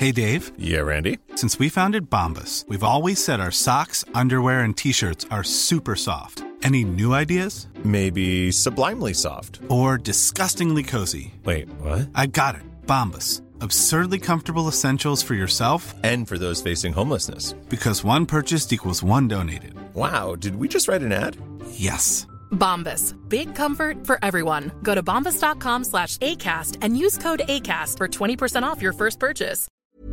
Hey, Dave. Yeah, Randy? Since we founded Bombas, we've always said our socks, underwear, and T-shirts are super soft. Any new ideas? Maybe sublimely soft. Or disgustingly cozy. Wait, what? I got it. Bombas. Absurdly comfortable essentials for yourself And for those facing homelessness. because one purchased equals one donated. Wow, did we just write an ad? Yes. Bombas. Big comfort for everyone. Go to bombas.com/ACAST and use code ACAST for 20% off your first purchase.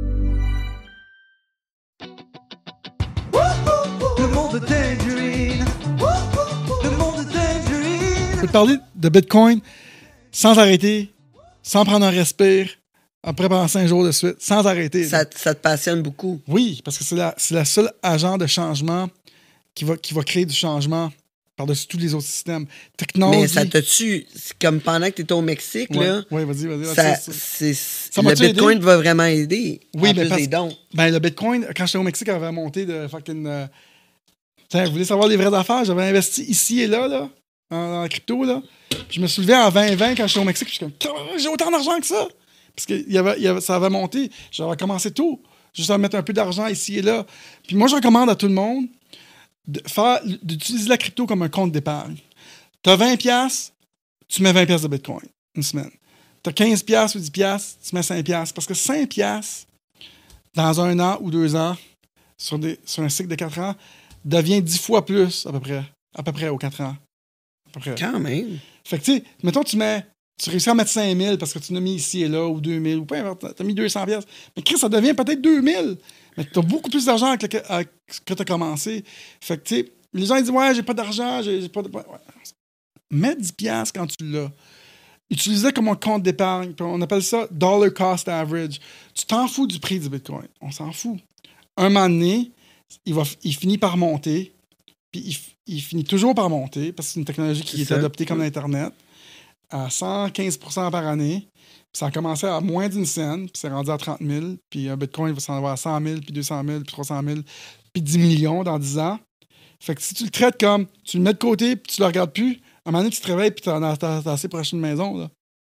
Le monde de Tangerine. Le monde de Tangerine. Je peux te parler de Bitcoin sans arrêter, sans prendre un respire, après pendant 5 jours de suite, sans arrêter. Ça te passionne beaucoup. Oui, parce que c'est la seule agent de changement qui va créer du changement par-dessus tous les autres systèmes. Technologie. Mais ça t'a-tu... Comme pendant que tu étais au Mexique, là... Oui, vas-y. Ça m'a-tu le Bitcoin aidé? va vraiment aider. Oui, en mais plus des dons. Ben, le Bitcoin, quand j'étais au Mexique, avait monté de fucking... Tiens, vous voulez savoir les vraies affaires? J'avais investi ici et là, en crypto, là. Puis je me suis levé en 2020 quand j'étais au Mexique. Puis je suis comme, j'ai autant d'argent que ça! Parce que ça avait monté. J'avais commencé tôt. Juste à mettre un peu d'argent ici et là. Puis moi, je recommande à tout le monde d'utiliser la crypto comme un compte d'épargne. Tu as 20$, tu mets 20$ de Bitcoin une semaine. Tu as 15$ ou 10$, tu mets 5$. Parce que 5$ dans 1 an ou 2 ans, sur un cycle de 4 ans, devient 10 fois plus à peu près aux 4 ans. À peu près. Quand même. Fait que tu sais, mettons tu réussis à mettre 5 000 parce que tu l'as mis ici et là, ou 2 000, ou peu importe, tu as mis 200$. Mais Chris, ça devient peut-être 2 000. Mais tu as beaucoup plus d'argent que tu as commencé. Fait que tu sais, les gens ils disent, ouais, j'ai pas d'argent, j'ai pas de... Ouais. Mets 10$ quand tu l'as. Utilise-le comme un compte d'épargne. Puis on appelle ça dollar cost average. Tu t'en fous du prix du Bitcoin. On s'en fout. Un moment donné, il finit par monter. Puis il finit toujours par monter parce que c'est une technologie qui est adoptée comme l'Internet à 115% par année. Puis ça a commencé à moins d'une scène, puis c'est rendu à 30 000. Puis un Bitcoin va s'en avoir à 100 000, puis 200 000, puis 300 000, puis 10 millions dans 10 ans. Fait que si tu le traites comme, tu le mets de côté, puis tu le regardes plus, à un moment donné, tu te réveilles, puis t'as assez pour acheter une maison. Là.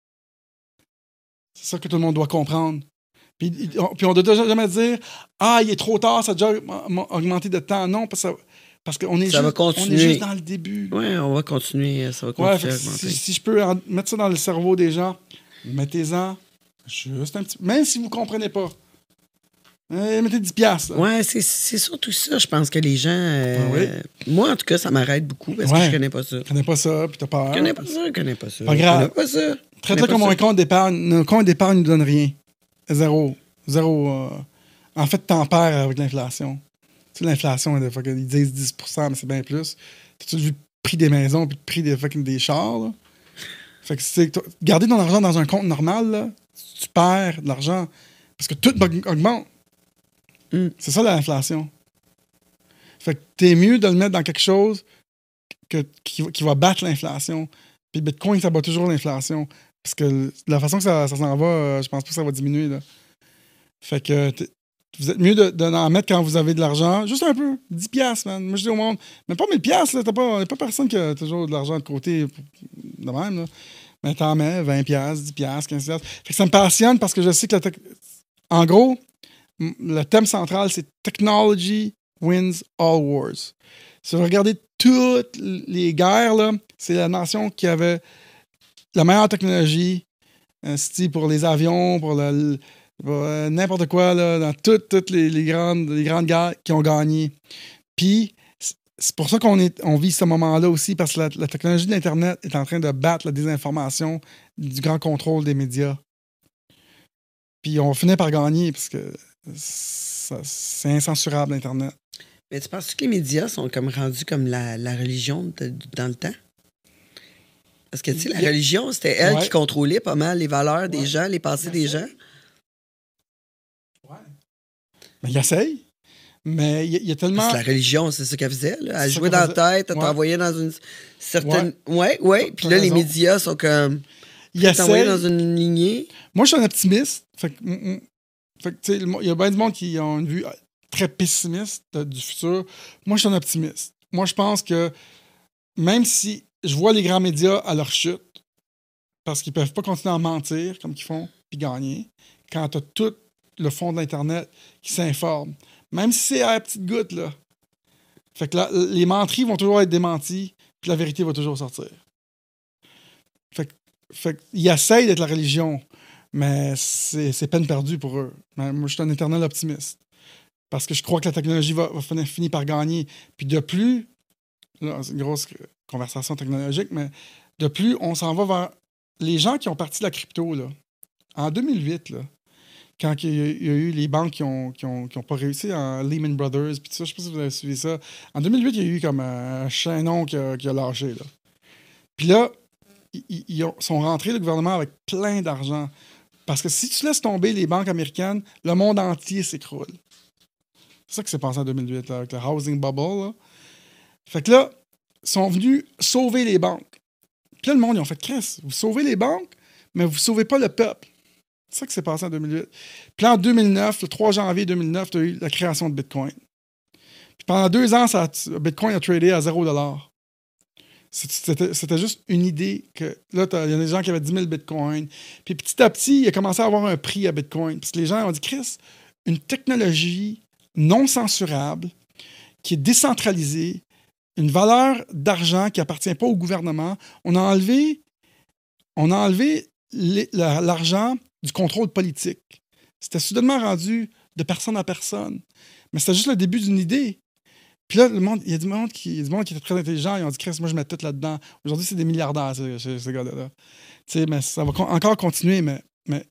C'est ça que tout le monde doit comprendre. Puis on doit jamais dire, il est trop tard, ça a déjà augmenté de temps. Non, parce qu'on est, on est juste dans le début. Oui, on va continuer. Ça va continuer à augmenter. Si je peux mettre ça dans le cerveau des gens, mettez-en juste un petit peu. Même si vous ne comprenez pas. Mettez 10$. Oui, c'est surtout ça. Je pense que les gens... Moi, en tout cas, ça m'arrête beaucoup parce que je connais pas ça. Tu connais pas ça, puis t'as peur. Je connais pas ça. Pas grave. Pas ça. Traite-le comme un compte d'épargne. Un compte d'épargne ne donne rien. Zéro. En fait, t'en perds avec l'inflation. Tu sais, l'inflation, des fois, ils disent 10%, mais c'est bien plus. T'as-tu vu le prix des maisons puis le prix des chars, là? Fait que garder ton argent dans un compte normal, là, tu perds de l'argent. Parce que tout augmente. C'est ça, l'inflation. Fait que t'es mieux de le mettre dans quelque chose qui va battre l'inflation. Puis Bitcoin, ça bat toujours l'inflation. Parce que la façon que ça s'en va, je pense pas que ça va diminuer, là. Fait que vous êtes mieux d'en mettre quand vous avez de l'argent. Juste un peu. 10$, man. Moi, je dis au monde, mais pas 1000$, là. Il n'y a pas personne qui a toujours de l'argent de côté de même, là. Mais t'en mets 20$, 10$, 15$. Fait que ça me passionne parce que je sais que en gros, le thème central, c'est Technology wins all wars. Si vous regardez toutes les guerres, là, c'est la nation qui avait la meilleure technologie, pour les avions, pour n'importe quoi, là, dans toutes les grandes guerres qui ont gagné. Puis, c'est pour ça qu'on vit ce moment-là aussi, parce que la technologie de l'Internet est en train de battre la désinformation du grand contrôle des médias. Puis, on finit par gagner, parce que c'est incensurable, l'Internet. Mais tu penses que les médias sont comme rendus comme la religion dans le temps? Parce que, tu sais, la religion, c'était elle qui contrôlait pas mal les valeurs des gens, les pensées des gens. Ouais. Mais il essaye. Mais il y a tellement... Parce que la religion, c'est ce qu'elle faisait. Là. Elle jouait dans la tête, elle t'envoyait dans une certaine... Ouais. Puis là, les médias sont comme... Ils t'envoyaient dans une lignée. Moi, je suis un optimiste. Fait que tu sais, il y a bien du monde qui ont une vue très pessimiste du futur. Moi, je suis un optimiste. Moi, je pense que même si je vois les grands médias à leur chute, parce qu'ils peuvent pas continuer à mentir comme qu'ils font, puis gagner, quand tu as le fond de l'Internet qui s'informent. Même si c'est à la petite goutte, là. Fait que là, les menteries vont toujours être démenties, puis la vérité va toujours sortir. Fait qu'ils essayent d'être la religion, mais c'est peine perdue pour eux. Mais moi, je suis un éternel optimiste. Parce que je crois que la technologie va finir par gagner. Puis de plus, là, c'est une grosse conversation technologique, mais de plus, on s'en va vers les gens qui ont parti de la crypto, là. En 2008, là, quand il y a eu les banques qui ont pas réussi, en Lehman Brothers, puis tout ça, je sais pas si vous avez suivi ça. En 2008, il y a eu comme un chaînon qui a lâché, là. Puis là, ils sont rentrés, le gouvernement, avec plein d'argent. Parce que si tu laisses tomber les banques américaines, le monde entier s'écroule. C'est ça qui s'est passé en 2008, là, avec le housing bubble, là. Fait que là, ils sont venus sauver les banques. Puis là, le monde, ils ont fait « Chris, vous sauvez les banques, mais vous ne sauvez pas le peuple. » C'est ça qui s'est passé en 2008. Puis là, en 2009, le 3 janvier 2009, tu as eu la création de Bitcoin. Puis pendant 2 ans, Bitcoin a tradé à 0$. C'était juste une idée que... Là, il y a des gens qui avaient 10 000 Bitcoin. Puis petit à petit, il a commencé à avoir un prix à Bitcoin. Parce que les gens ont dit « Chris, une technologie non censurable, qui est décentralisée, une valeur d'argent qui n'appartient pas au gouvernement. On a enlevé l'argent du contrôle politique. C'était soudainement rendu de personne à personne. Mais c'était juste le début d'une idée. Puis là, il y a du monde qui était très intelligent. Ils ont dit, Chris, moi, je mets tout là-dedans. Aujourd'hui, c'est des milliardaires, ces gars-là. Tu sais, mais ça va encore continuer, mais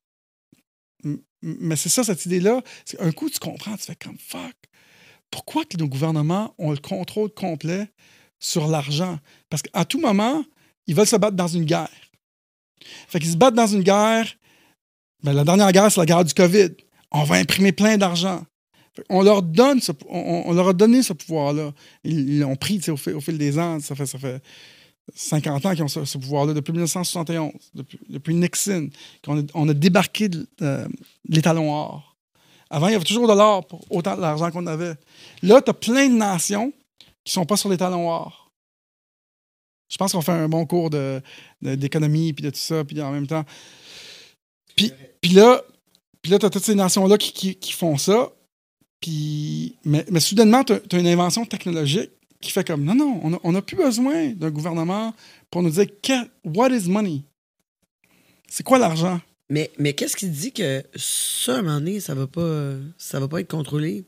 c'est ça, cette idée-là. C'est un coup, tu comprends, tu fais comme fuck. Pourquoi que nos gouvernements ont le contrôle complet sur l'argent? Parce qu'à tout moment, ils veulent se battre dans une guerre. Fait qu'ils se battent dans une guerre. Ben, la dernière guerre, c'est la guerre du COVID. On va imprimer plein d'argent. On leur a donné ce pouvoir-là. Ils l'ont pris au fil des ans. Ça fait 50 ans qu'ils ont ce pouvoir-là, depuis 1971, depuis Nixon, qu'on a débarqué de l'étalon or. Avant, il y avait toujours de l'or pour autant d'argent qu'on avait. Là, tu as plein de nations qui ne sont pas sur l'étalon or. Je pense qu'on fait un bon cours d'économie puis de tout ça, puis en même temps. Puis là, tu as toutes ces nations-là qui font ça. Mais soudainement, tu as une invention technologique qui fait comme non, on n'a plus besoin d'un gouvernement pour nous dire what is money? C'est quoi l'argent? Mais qu'est-ce qui dit que ça, à un moment donné, ça va pas être contrôlé?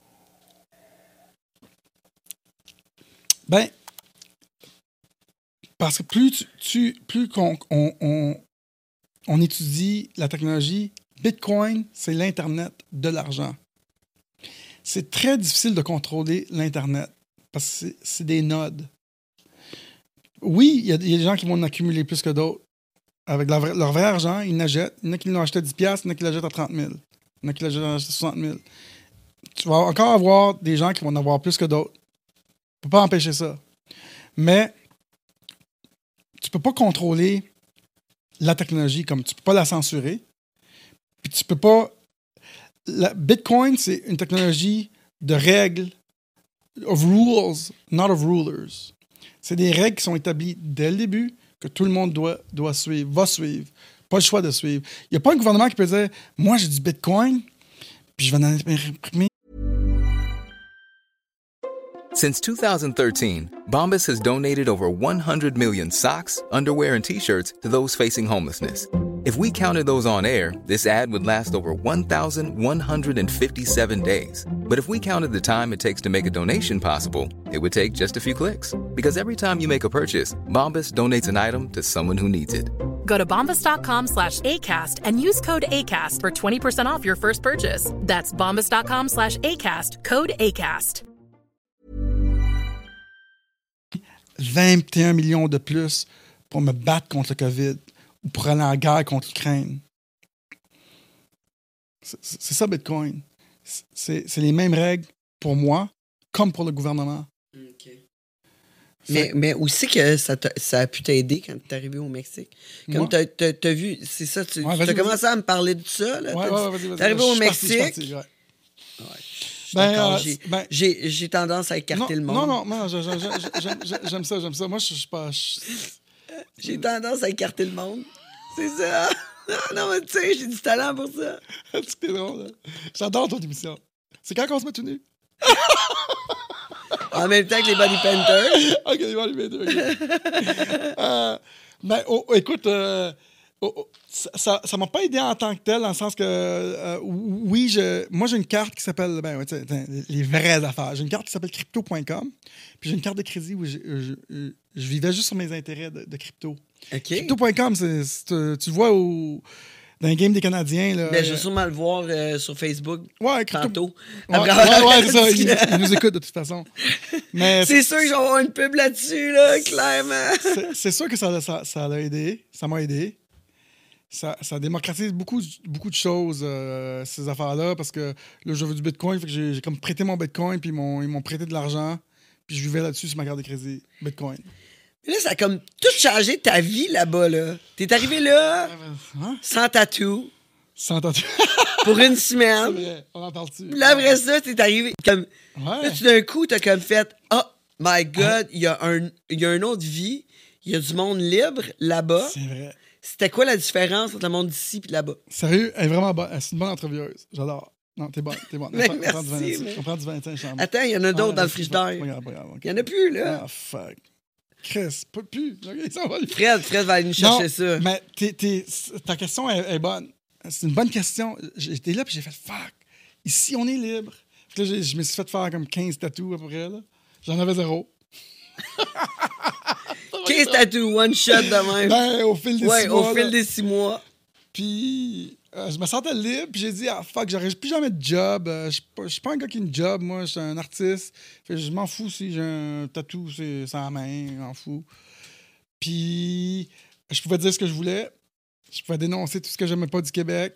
Ben, parce que plus on étudie la technologie, Bitcoin, c'est l'Internet de l'argent. C'est très difficile de contrôler l'Internet parce que c'est des nodes. Oui, il y a des gens qui vont en accumuler plus que d'autres. Avec leur vrai argent, ils l'achètent. Il y en a qui l'ont acheté à 10$, il y en a qui l'achètent à 30 000. Il y en a qui l'achètent à 60 000. Tu vas encore avoir des gens qui vont en avoir plus que d'autres. Tu ne peux pas empêcher ça. Mais tu ne peux pas contrôler la technologie comme tu ne peux pas la censurer. Puis tu peux pas... Bitcoin, c'est une technologie de règles, of rules, not of rulers. C'est des règles qui sont établies dès le début, que tout le monde doit suivre, va suivre. Pas le choix de suivre. Il n'y a pas un gouvernement qui peut dire « Moi, j'ai du Bitcoin, puis je vais en imprimer. » Since 2013, Bombas has donated over 100 million socks, underwear, and T-shirts to those facing homelessness. If we counted those on air, this ad would last over 1,157 days. But if we counted the time it takes to make a donation possible, it would take just a few clicks. Because every time you make a purchase, Bombas donates an item to someone who needs it. Go to bombas.com/ACAST and use code ACAST for 20% off your first purchase. That's bombas.com/ACAST, code ACAST. 21 millions de plus pour me battre contre le COVID ou pour aller en guerre contre l'Ukraine. C'est ça, Bitcoin. C'est les mêmes règles pour moi comme pour le gouvernement. Okay. Mais aussi que ça a pu t'aider quand tu es arrivé au Mexique. Comme tu as vu, c'est ça, tu as commencé à me parler de ça. Là, vas-y. Tu es arrivé au Mexique. Parti, ouais. J'ai tendance à écarter le monde. Non, j'aime ça. Moi, je suis pas... J'ai tendance à écarter le monde. C'est ça. Non, mais tu sais, j'ai du talent pour ça. C'est drôle, là. J'adore ton émission. C'est quand qu'on se met tout nu? En même temps que les Body Painters. OK, les Body Painters. Mais écoute, ça m'a pas aidé en tant que tel, dans le sens que, oui, moi, j'ai une carte qui s'appelle, les vraies affaires. J'ai une carte qui s'appelle crypto.com, puis j'ai une carte de crédit où je vivais juste sur mes intérêts de crypto. OK. Crypto.com, tu le vois dans le game des Canadiens. Là, Ben, je vais sûrement le voir sur Facebook tantôt. Ouais, c'est ça. Ils nous écoutent de toute façon. Mais c'est sûr que je vais avoir une pub là-dessus, là, clairement. C'est sûr que ça l'a aidé. Ça m'a aidé. Ça démocratise beaucoup de choses, ces affaires-là, parce que là, je veux du Bitcoin, fait que j'ai comme prêté mon Bitcoin, puis ils m'ont prêté de l'argent, puis je vivais là-dessus sur ma carte de crédit. Bitcoin. Mais là, ça a comme tout changé ta vie là-bas, là. T'es arrivé là, sans tatou. Sans tatou. Pour une semaine. C'est vrai, on en parle-tu. Là, après ça, t'es arrivé comme... Là, tout d'un coup, t'as comme fait « Oh my God, il y a une autre vie. Il y a du monde libre là-bas. » C'est vrai. C'était quoi la différence entre le monde d'ici et là-bas? Sérieux, elle est vraiment bonne. C'est une bonne entrevieweuse. J'adore. Non, t'es bonne. Merci. On prend du 25 chambre. Attends, il y en a d'autres dans le frigidaire. Il y en a plus, là. Ah, fuck. Chris, pas plus. Fred va aller nous chercher ça. Mais ta question est bonne. C'est une bonne question. J'étais là puis j'ai fait fuck. Ici, on est libre. Puis là, je me suis fait faire comme 15 tatous à peu près. J'en avais 0. 15 tatous, one shot de même. Ben, au fil des 6 mois. Au fil des 6 mois. Puis, je me sentais libre, puis j'ai dit, ah fuck, j'aurais plus jamais de job. Je suis pas un gars qui a une job, moi, je suis un artiste. Fait que je m'en fous si j'ai un tatou sur la main, je m'en fous. Puis, je pouvais dire ce que je voulais. Je pouvais dénoncer tout ce que j'aimais pas du Québec.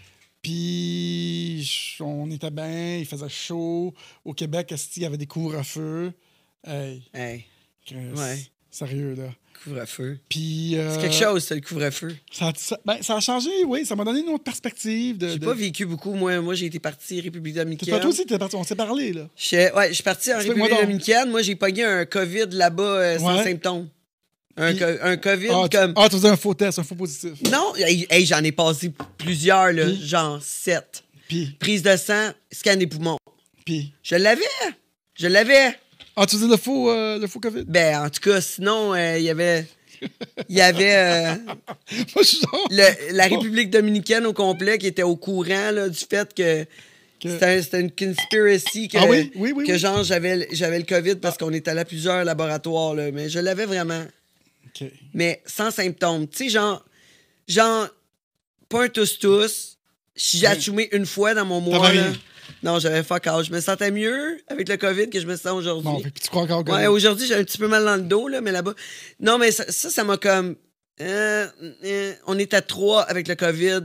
Puis, on était bien, il faisait chaud. Au Québec, il y avait des couvre-feu. Hey. Ouais. Sérieux, là. Couvre-feu. Puis, c'est quelque chose, c'est le couvre-feu. Ça a changé, oui. Ça m'a donné une autre perspective. J'ai pas vécu beaucoup. Moi, j'ai été parti en République dominicaine. Toi aussi, t'es parti. On s'est parlé, là. Je suis parti en République dominicaine. Moi, j'ai pogné un COVID là-bas sans symptômes. Un COVID comme... Ah, tu faisais un faux test, un faux positif. Non, j'en ai passé plusieurs, là, genre 7. Prise de sang, scan des poumons. Je l'avais. Ah, tu faisais le faux COVID? Ben, en tout cas, sinon, il y avait Moi, je suis genre... la République dominicaine au complet qui était au courant là, du fait que c'était une conspiracy que, que genre, j'avais le COVID parce qu'on est allé à plusieurs laboratoires, là, mais je l'avais vraiment. Okay. Mais sans symptômes. Tu sais, genre, pas un tous. Si j'ai atchoumé une fois dans mon mois, là, non, j'avais fuck out. Je me sentais mieux avec le COVID que je me sens aujourd'hui. Bon, puis tu crois encore au COVID? Ouais, aujourd'hui, j'ai un petit peu mal dans le dos, là, mais là-bas... Non, mais ça m'a comme... on était 3 avec le COVID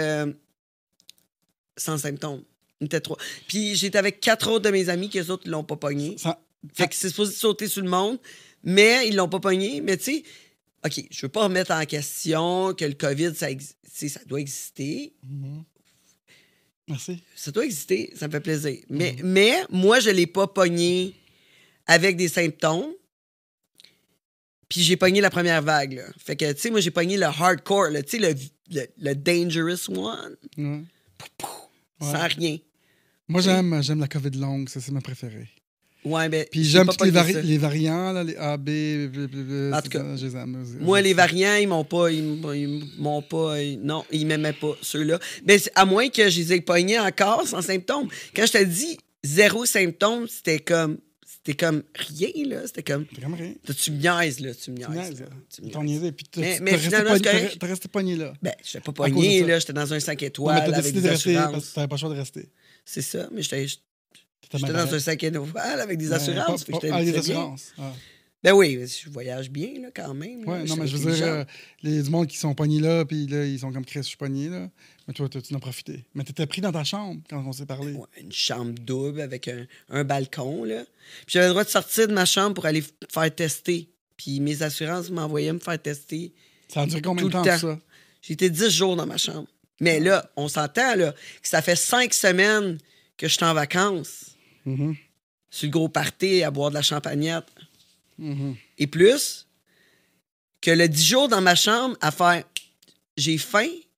sans symptômes. On était 3. Puis j'étais avec 4 autres de mes amis qui, eux autres, l'ont pas pogné. Fait que c'est supposé sauter sur le monde, mais ils l'ont pas pogné. Mais tu sais, OK, je veux pas remettre en question que le COVID, ça doit exister. Mm-hmm. Merci. Ça doit exister, ça me fait plaisir. Mais moi, je l'ai pas pogné avec des symptômes. Puis j'ai pogné la première vague, là. Fait que, tu sais, moi, j'ai pogné le hardcore, tu sais, le dangerous one. Ouais. Sans rien. Moi, j'aime la COVID longue, ça, c'est ma préférée. Ouais, ben. Puis j'aime tous les variants, là, les A, B, en tout cas, je les aime. moi, les variants, ils m'ont pas. Non, ils m'aimaient pas, ceux-là. Mais à moins que je les ai pognés encore sans symptômes. Quand je te dis 0 symptômes, c'était comme rien, là. C'était comme rien. Tu me niaises, là. Tu me niaises. T'en niaisais, puis mais finalement, t'es resté pogné, là. Ben, je n'étais pas pogné, là. J'étais dans un 5 étoiles avec des assurances. Parce que t'avais pas le choix de rester. C'est ça, mais j'étais dans un 5 étoiles avec des assurances. Avec des assurances. Ben oui, je voyage bien, là, quand même. Ouais, non, mais je veux dire, du monde qui sont pognés là, puis là, ils sont comme Chris, je suis pogné, là. Mais toi, tu en as profité. Mais t'étais pris dans ta chambre quand on s'est parlé. Ouais, une chambre double avec un balcon, là. Puis j'avais le droit de sortir de ma chambre pour aller faire tester. Puis mes assurances m'envoyaient me faire tester. Ça a duré combien de temps, ça? J'ai été 10 jours dans ma chambre. Mais là, on s'entend, là, que ça fait 5 semaines que je suis en vacances. Mm-hmm. Sur le gros party, à boire de la champagnette. Mm-hmm. Et plus que le 10 jours dans ma chambre à faire j'ai faim,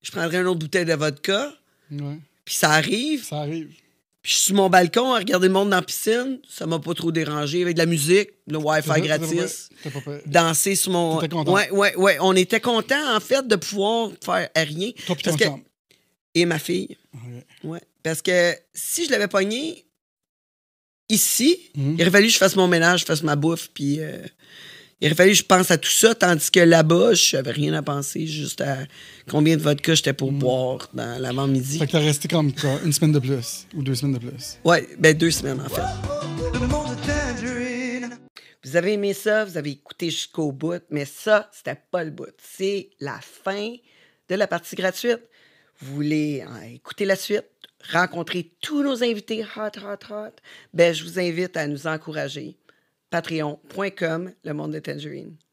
je prendrais une autre bouteille de vodka. Ouais. Puis ça arrive. Ça arrive. Puis je suis sur mon balcon à regarder le monde dans la piscine. Ça m'a pas trop dérangé. Avec de la musique, le Wi-Fi gratis. T'es pas prêt. Danser sur mon... T'étais content. Ouais. On était contents, en fait, de pouvoir faire rien. Toi pis ton chum. Et ma fille. Ouais. Ouais. Parce que si je l'avais pogné ici, il aurait fallu que je fasse mon ménage, je fasse ma bouffe, puis il aurait fallu que je pense à tout ça, tandis que là-bas, je n'avais rien à penser, juste à combien de vodka j'étais pour boire dans l'avant-midi. Fait que t'as resté comme quoi, une semaine de plus ou 2 semaines de plus. Ouais, ben 2 semaines, en fait. Le monde de Tangerine. Vous avez aimé ça, vous avez écouté jusqu'au bout, mais ça, c'était pas le bout. C'est la fin de la partie gratuite. Vous voulez écouter la suite, rencontrer tous nos invités hot, ben je vous invite à nous encourager. Patreon.com, le monde de Tangerine.